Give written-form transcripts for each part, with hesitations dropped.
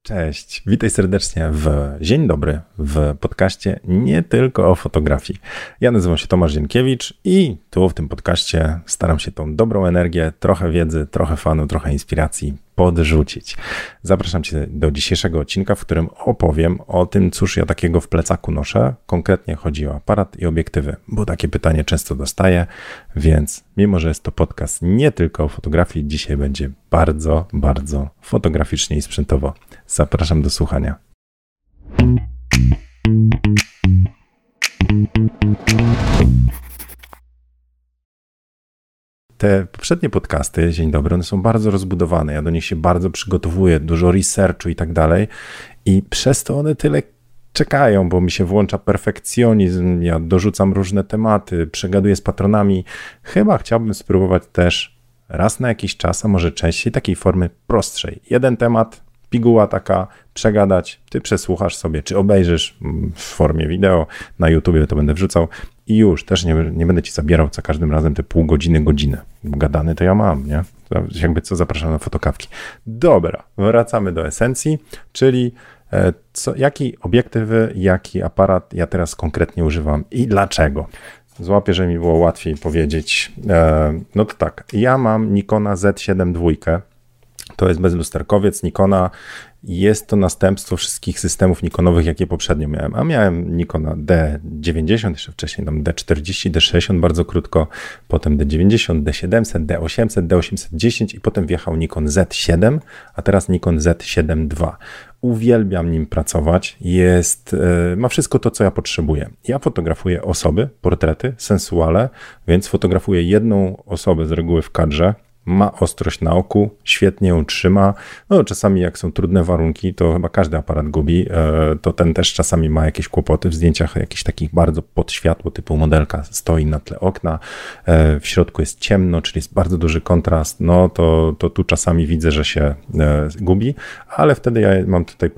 Cześć, witaj serdecznie w Dzień Dobry, w podcaście nie tylko o fotografii. Ja nazywam się Tomasz Zienkiewicz i tu w tym podcaście staram się tą dobrą energię, trochę wiedzy, trochę fanu, trochę inspiracji podrzucić. Zapraszam Cię do dzisiejszego odcinka, w którym opowiem o tym, cóż ja takiego w plecaku noszę. Konkretnie chodzi o aparat i obiektywy, bo takie pytanie często dostaję, więc mimo, że jest to podcast nie tylko o fotografii, dzisiaj będzie bardzo, bardzo fotograficznie i sprzętowo. Zapraszam do słuchania. Te poprzednie podcasty, Dzień Dobry, one są bardzo rozbudowane. Ja do nich się bardzo przygotowuję, dużo researchu i tak dalej. I przez to one tyle czekają, bo mi się włącza perfekcjonizm, ja dorzucam różne tematy, przegaduję z patronami. Chyba chciałbym spróbować też raz na jakiś czas, a może częściej, takiej formy prostszej. Jeden temat, piguła taka, przegadać, ty przesłuchasz sobie, czy obejrzysz w formie wideo, na YouTubie to będę wrzucał i już, też nie będę ci zabierał za każdym razem te pół godziny, godzinę. Gadany to ja mam, nie? Jakby co, zapraszam na fotokawki. Dobra, wracamy do esencji, czyli jaki obiektywy, jaki aparat ja teraz konkretnie używam i dlaczego. Złapię, żeby mi było łatwiej powiedzieć. No to tak, ja mam Nikona Z7 II. To jest bezlusterkowiec Nikona. Jest to następstwo wszystkich systemów Nikonowych, jakie poprzednio miałem. A miałem Nikona D90, jeszcze wcześniej tam D40, D60 bardzo krótko, potem D90, D700, D800, D810 i potem wjechał Nikon Z7, a teraz Nikon Z7 II. Uwielbiam nim pracować, ma wszystko to, co ja potrzebuję. Ja fotografuję osoby, portrety, sensuale, więc fotografuję jedną osobę z reguły w kadrze. Ma ostrość na oku, świetnie ją trzyma. No, czasami jak są trudne warunki, to chyba każdy aparat gubi, to ten też czasami ma jakieś kłopoty. W zdjęciach jakichś takich bardzo pod światło, typu modelka stoi na tle okna, w środku jest ciemno, czyli jest bardzo duży kontrast, no to tu czasami widzę, że się gubi, ale wtedy ja mam tutaj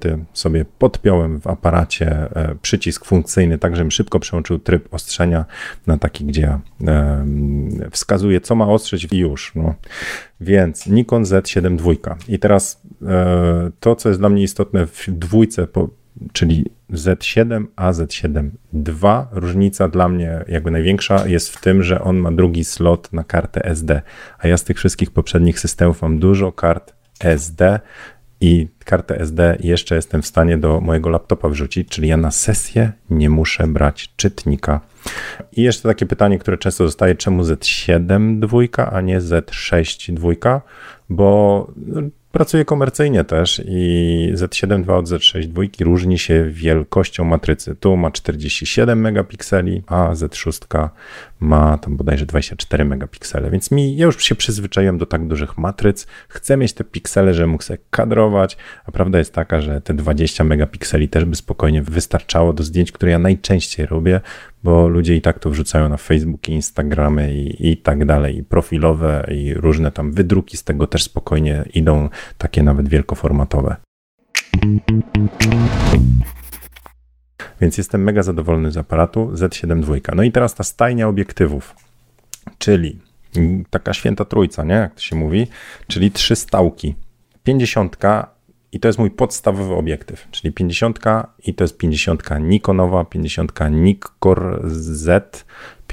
podpiąłem w aparacie przycisk funkcyjny, tak żebym szybko przełączył tryb ostrzenia na taki, gdzie ja wskazuję, co ma ostrzeć i już. No. Więc Nikon Z7 II. I teraz to, co jest dla mnie istotne w dwójce, czyli Z7 a Z7 II, różnica dla mnie jakby największa jest w tym, że on ma drugi slot na kartę SD, a ja z tych wszystkich poprzednich systemów mam dużo kart SD i kartę SD jeszcze jestem w stanie do mojego laptopa wrzucić, czyli ja na sesję nie muszę brać czytnika. I jeszcze takie pytanie, które często dostaję, czemu Z7 II, a nie Z6 II, bo pracuję komercyjnie też i Z7 II od Z6 II różni się wielkością matrycy. Tu ma 47 megapikseli, a Z6 ma tam bodajże 24 megapiksele, więc ja już się przyzwyczaiłem do tak dużych matryc. Chcę mieć te piksele, żebym mógł sobie kadrować, a prawda jest taka, że te 20 megapikseli też by spokojnie wystarczało do zdjęć, które ja najczęściej robię, bo ludzie i tak to wrzucają na Facebooki, Instagramy i tak dalej, i profilowe, i różne tam wydruki z tego też spokojnie idą, takie nawet wielkoformatowe. Więc jestem mega zadowolony z aparatu Z7 II. No i teraz ta stajnia obiektywów, czyli taka święta trójca, nie? Jak to się mówi, czyli 3 stałki. 50 i to jest mój podstawowy obiektyw, czyli 50 i to jest 50 Nikonowa, 50 Nikkor Z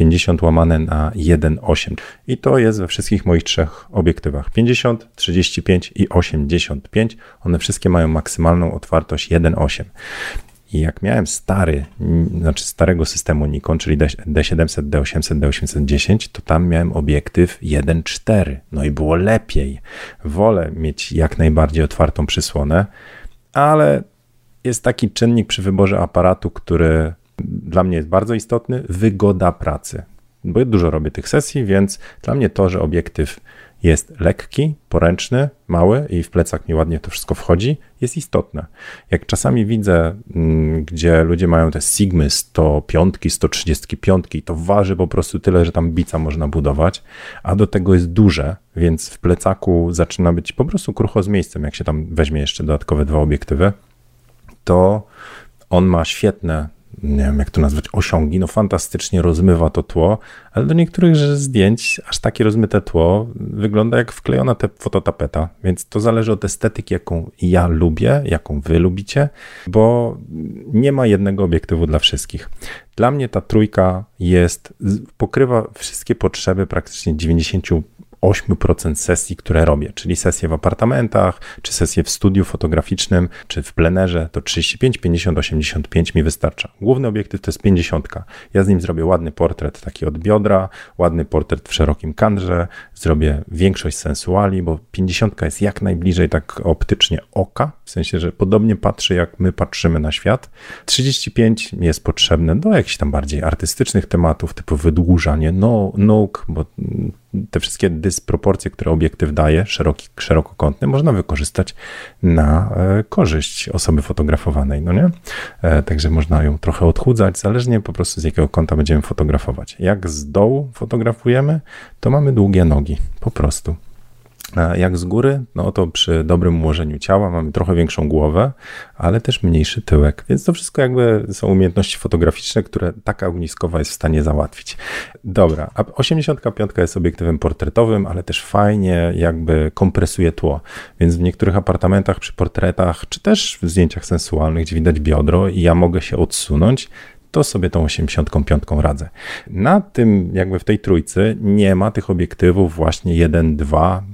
50/1.8 i to jest we wszystkich moich 3 obiektywach 50, 35 i 85. One wszystkie mają maksymalną otwartość 1.8. I jak miałem starego systemu Nikon, czyli D700, D800, D810, to tam miałem obiektyw 1.4. No i było lepiej. Wolę mieć jak najbardziej otwartą przysłonę, ale jest taki czynnik przy wyborze aparatu, który dla mnie jest bardzo istotny, wygoda pracy. Bo ja dużo robię tych sesji, więc dla mnie to, że obiektyw jest lekki, poręczny, mały i w plecak mi ładnie to wszystko wchodzi, jest istotne. Jak czasami widzę, gdzie ludzie mają te Sigmy 105, 135 i to waży po prostu tyle, że tam bica można budować, a do tego jest duże, więc w plecaku zaczyna być po prostu krucho z miejscem, jak się tam weźmie jeszcze dodatkowe 2 obiektywy, to on ma świetne nie wiem jak to nazwać, osiągi, no fantastycznie rozmywa to tło, ale do niektórych zdjęć aż takie rozmyte tło wygląda jak wklejona fototapeta, więc to zależy od estetyki, jaką ja lubię, jaką wy lubicie, bo nie ma jednego obiektywu dla wszystkich. Dla mnie ta trójka pokrywa wszystkie potrzeby praktycznie 98% sesji, które robię, czyli sesje w apartamentach, czy sesje w studiu fotograficznym, czy w plenerze, to 35, 50, 85 mi wystarcza. Główny obiektyw to jest 50. Ja z nim zrobię ładny portret taki od biodra, ładny portret w szerokim kadrze, zrobię większość sensuali, bo 50 jest jak najbliżej tak optycznie oka, w sensie, że podobnie patrzy jak my patrzymy na świat. 35 jest potrzebne do jakichś tam bardziej artystycznych tematów, typu wydłużanie nóg, bo te wszystkie dysproporcje, które obiektyw daje, szerokokątny, można wykorzystać na korzyść osoby fotografowanej, no nie? Także można ją trochę odchudzać, zależnie po prostu z jakiego kąta będziemy fotografować. Jak z dołu fotografujemy, to mamy długie nogi, po prostu. Jak z góry, no to przy dobrym ułożeniu ciała mamy trochę większą głowę, ale też mniejszy tyłek, więc to wszystko jakby są umiejętności fotograficzne, które taka ogniskowa jest w stanie załatwić. Dobra, a 85 jest obiektywem portretowym, ale też fajnie jakby kompresuje tło, więc w niektórych apartamentach przy portretach, czy też w zdjęciach sensualnych, gdzie widać biodro i ja mogę się odsunąć, to sobie tą 85 radzę. Na tym, jakby w tej trójcy nie ma tych obiektywów właśnie 1.2,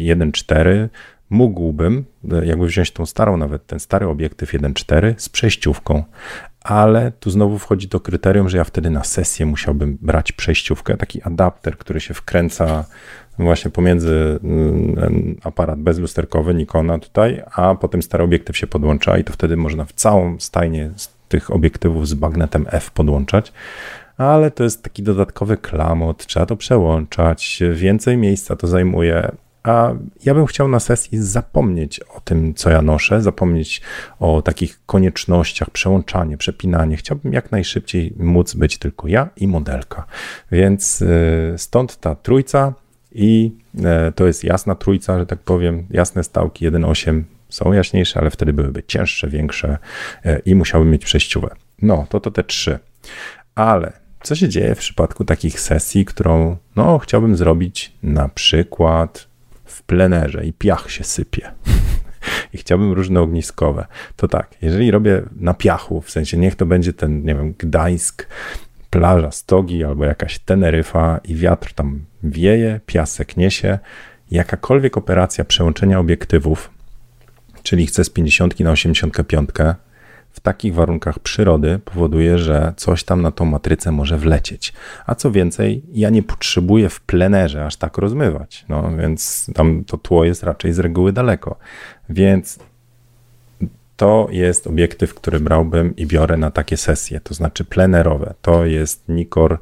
1.4. Mógłbym jakby wziąć tą starą, nawet ten stary obiektyw 1.4 z przejściówką, ale tu znowu wchodzi to kryterium, że ja wtedy na sesję musiałbym brać przejściówkę, taki adapter, który się wkręca właśnie pomiędzy aparat bezlusterkowy Nikona tutaj, a potem stary obiektyw się podłącza i to wtedy można w całą stajnię tych obiektywów z bagnetem F podłączać, ale to jest taki dodatkowy klamot, trzeba to przełączać, więcej miejsca to zajmuje, a ja bym chciał na sesji zapomnieć o tym, co ja noszę, zapomnieć o takich koniecznościach, przełączanie, przepinanie. Chciałbym jak najszybciej móc być tylko ja i modelka, więc stąd ta trójca i to jest jasna trójca, że tak powiem, jasne stałki 1.8 są jaśniejsze, ale wtedy byłyby cięższe, większe i musiałbym mieć przejściówę. No, to te 3. Ale co się dzieje w przypadku takich sesji, którą chciałbym zrobić na przykład w plenerze i piach się sypie i chciałbym różne ogniskowe. To tak, jeżeli robię na piachu, w sensie niech to będzie ten, nie wiem, Gdańsk, plaża Stogi albo jakaś Teneryfa i wiatr tam wieje, piasek niesie, jakakolwiek operacja przełączenia obiektywów, czyli chcę z 50 na 85, w takich warunkach przyrody powoduje, że coś tam na tą matrycę może wlecieć. A co więcej, ja nie potrzebuję w plenerze aż tak rozmywać, więc tam to tło jest raczej z reguły daleko. Więc to jest obiektyw, który brałbym i biorę na takie sesje, to znaczy plenerowe. To jest Nikkor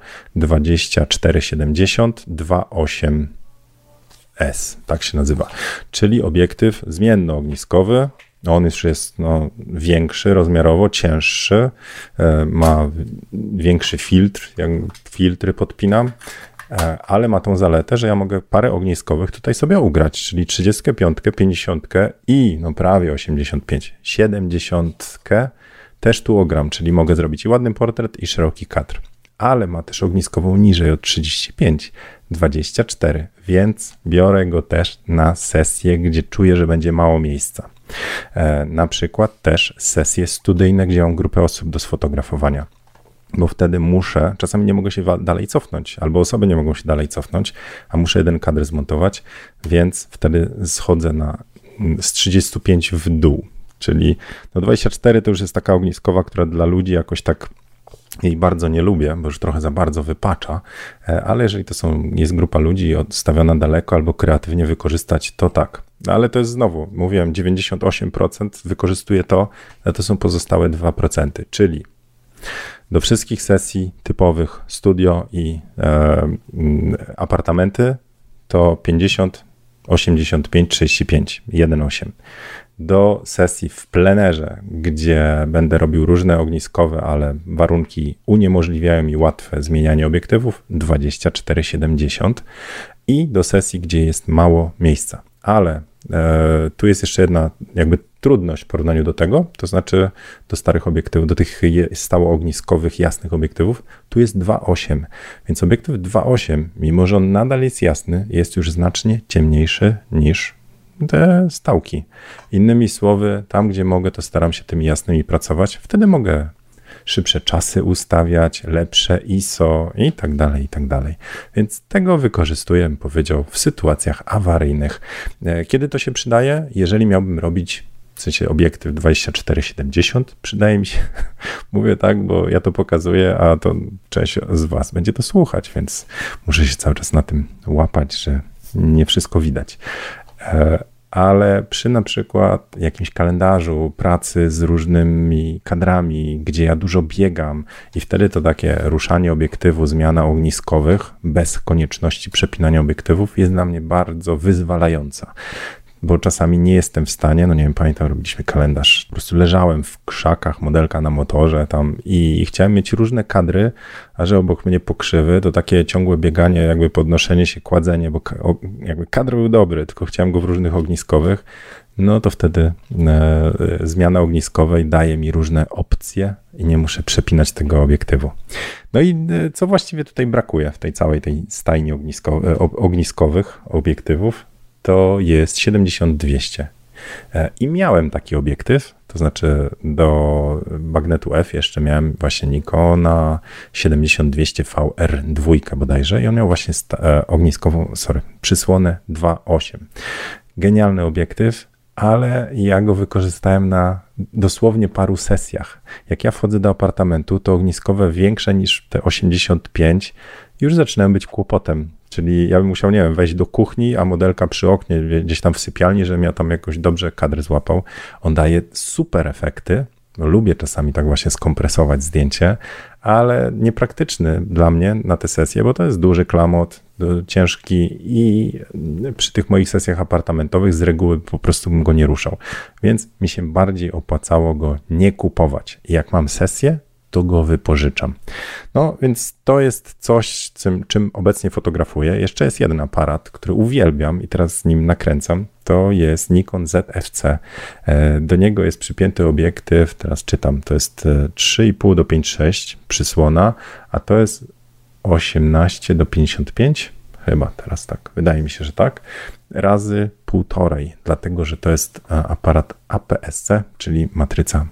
2470 2.8 S, tak się nazywa, czyli obiektyw zmiennoogniskowy. On już jest większy rozmiarowo, cięższy, ma większy filtr, jak filtry podpinam, ale ma tą zaletę, że ja mogę parę ogniskowych tutaj sobie ugrać, czyli 35, 50 i prawie 85, 70 też tu ogram, czyli mogę zrobić i ładny portret i szeroki kadr. Ale ma też ogniskową niżej od 35, 24, więc biorę go też na sesję, gdzie czuję, że będzie mało miejsca. Na przykład też sesje studyjne, gdzie mam grupę osób do sfotografowania, bo wtedy czasami nie mogę się dalej cofnąć, albo osoby nie mogą się dalej cofnąć, a muszę jeden kadr zmontować, więc wtedy schodzę z 35 w dół, czyli 24 to już jest taka ogniskowa, która dla ludzi jakoś tak jej bardzo nie lubię, bo już trochę za bardzo wypacza, ale jeżeli jest grupa ludzi odstawiona daleko albo kreatywnie wykorzystać, to tak. Ale to jest znowu, mówiłem, 98% wykorzystuje to, a to są pozostałe 2%, czyli do wszystkich sesji typowych studio i apartamenty to 50, 85, 35, 1,8. Do sesji w plenerze, gdzie będę robił różne ogniskowe, ale warunki uniemożliwiają mi łatwe zmienianie obiektywów, 24-70 i do sesji, gdzie jest mało miejsca. Ale tu jest jeszcze jedna jakby trudność w porównaniu do tego, to znaczy do starych obiektywów, do tych stałoogniskowych, jasnych obiektywów, tu jest 2.8, więc obiektyw 2.8, mimo że on nadal jest jasny, jest już znacznie ciemniejszy niż te stałki. Innymi słowy, tam gdzie mogę, to staram się tymi jasnymi pracować, wtedy mogę szybsze czasy ustawiać, lepsze ISO i tak dalej, i tak dalej. Więc tego wykorzystuję, bym powiedział, w sytuacjach awaryjnych. Kiedy to się przydaje? Jeżeli miałbym robić w sensie obiektyw 2470, przydaje mi się, mówię tak, bo ja to pokazuję, a to część z was będzie to słuchać, więc muszę się cały czas na tym łapać, że nie wszystko widać. Ale przy na przykład jakimś kalendarzu pracy z różnymi kadrami, gdzie ja dużo biegam i wtedy to takie ruszanie obiektywu, zmiana ogniskowych bez konieczności przepinania obiektywów jest dla mnie bardzo wyzwalająca. Bo czasami nie jestem w stanie, no nie wiem, pamiętam, robiliśmy kalendarz, po prostu leżałem w krzakach, modelka na motorze tam i chciałem mieć różne kadry, a że obok mnie pokrzywy, to takie ciągłe bieganie, jakby podnoszenie się, kładzenie, bo jakby kadr był dobry, tylko chciałem go w różnych ogniskowych, no to wtedy zmiana ogniskowej daje mi różne opcje i nie muszę przepinać tego obiektywu. No i co właściwie tutaj brakuje w tej całej tej stajni ogniskowych obiektywów? To jest 70-200. I miałem taki obiektyw, to znaczy do magnetu F jeszcze miałem właśnie Nikona 70-200 VR2 bodajże i on miał właśnie przysłonę 2.8. Genialny obiektyw, ale ja go wykorzystałem na dosłownie paru sesjach. Jak ja wchodzę do apartamentu, to ogniskowe większe niż te 85 już zaczynają być kłopotem. Czyli ja bym musiał, nie wiem, wejść do kuchni, a modelka przy oknie, gdzieś tam w sypialni, żebym ja tam jakoś dobrze kadr złapał. On daje super efekty. Lubię czasami tak właśnie skompresować zdjęcie, ale niepraktyczny dla mnie na te sesje, bo to jest duży klamot, ciężki i przy tych moich sesjach apartamentowych z reguły po prostu bym go nie ruszał. Więc mi się bardziej opłacało go nie kupować. I jak mam sesję, to go wypożyczam. No więc to jest coś, czym obecnie fotografuję. Jeszcze jest jeden aparat, który uwielbiam i teraz z nim nakręcam. To jest Nikon ZFC. Do niego jest przypięty obiektyw, teraz czytam, to jest 3,5 do 5,6 przysłona, a to jest 18 do 55, chyba teraz tak, wydaje mi się, że tak, razy 1,5, dlatego, że to jest aparat APS-C, czyli matryca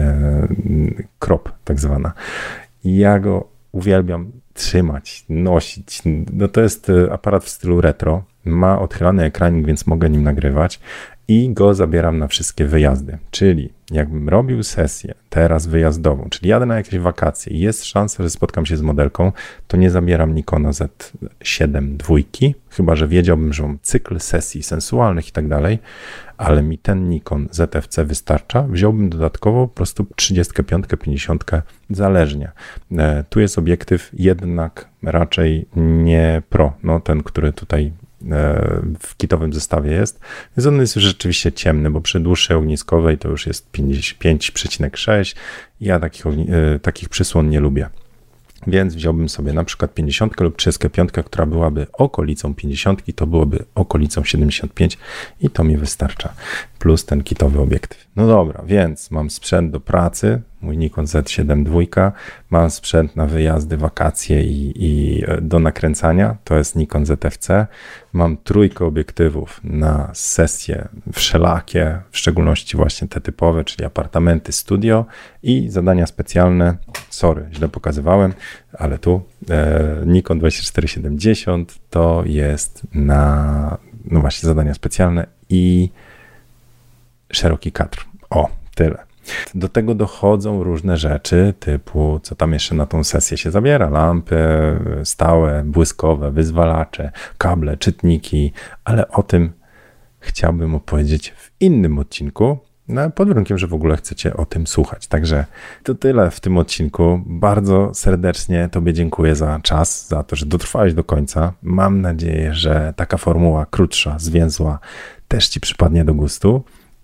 crop tak zwana. Ja go uwielbiam trzymać, nosić. No to jest aparat w stylu retro, ma odchylany ekranik, więc mogę nim nagrywać i go zabieram na wszystkie wyjazdy. Czyli jakbym robił sesję teraz wyjazdową, czyli jadę na jakieś wakacje i jest szansa, że spotkam się z modelką, to nie zabieram Nikona Z7 II, chyba że wiedziałbym, że mam cykl sesji sensualnych i tak dalej, ale mi ten Nikon ZFC wystarcza. Wziąłbym dodatkowo po prostu 35, 50, zależnie. Tu jest obiektyw jednak raczej nie pro, no ten, który tutaj w kitowym zestawie jest, więc on jest już rzeczywiście ciemny, bo przy dłuższej ogniskowej to już jest 55,6. Ja takich przysłon nie lubię. Więc wziąłbym sobie na przykład 50 lub 35, która byłaby okolicą 50, to byłoby okolicą 75 i to mi wystarcza. Plus ten kitowy obiektyw. No dobra, więc mam sprzęt do pracy, mój Nikon Z7 II, mam sprzęt na wyjazdy, wakacje i do nakręcania, to jest Nikon ZFC. Mam trójkę obiektywów na sesje wszelakie, w szczególności właśnie te typowe, czyli apartamenty, studio i zadania specjalne. Sorry, źle pokazywałem, ale tu Nikon 2470 to jest na, no właśnie, zadania specjalne i szeroki kadr. O, tyle. Do tego dochodzą różne rzeczy, typu co tam jeszcze na tą sesję się zabiera, lampy stałe, błyskowe, wyzwalacze, kable, czytniki, ale o tym chciałbym opowiedzieć w innym odcinku, no, pod warunkiem, że w ogóle chcecie o tym słuchać. Także to tyle w tym odcinku. Bardzo serdecznie Tobie dziękuję za czas, za to, że dotrwałeś do końca. Mam nadzieję, że taka formuła krótsza, zwięzła też Ci przypadnie do gustu.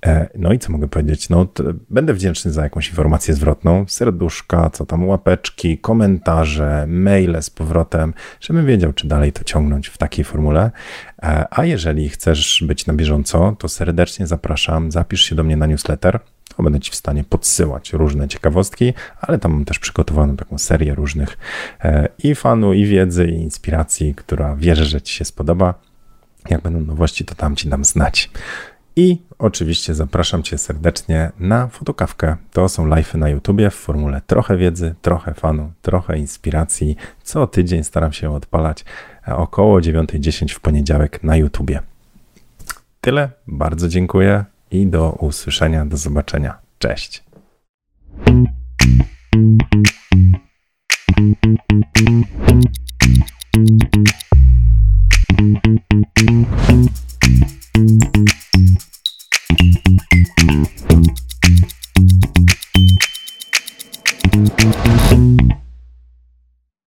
No i co mogę powiedzieć? No, będę wdzięczny za jakąś informację zwrotną, serduszka, co tam, łapeczki, komentarze, maile z powrotem, żebym wiedział, czy dalej to ciągnąć w takiej formule. A jeżeli chcesz być na bieżąco, to serdecznie zapraszam, zapisz się do mnie na newsletter. To będę Ci w stanie podsyłać różne ciekawostki, ale tam mam też przygotowaną taką serię różnych i fanu, i wiedzy, i inspiracji, która wierzę, że Ci się spodoba. Jak będą nowości, to tam Ci dam znać. I oczywiście zapraszam Cię serdecznie na fotokawkę. To są live'y na YouTubie w formule trochę wiedzy, trochę fanu, trochę inspiracji. Co tydzień staram się odpalać około 9:10 w poniedziałek na YouTubie. Tyle, bardzo dziękuję i do usłyszenia, do zobaczenia. Cześć.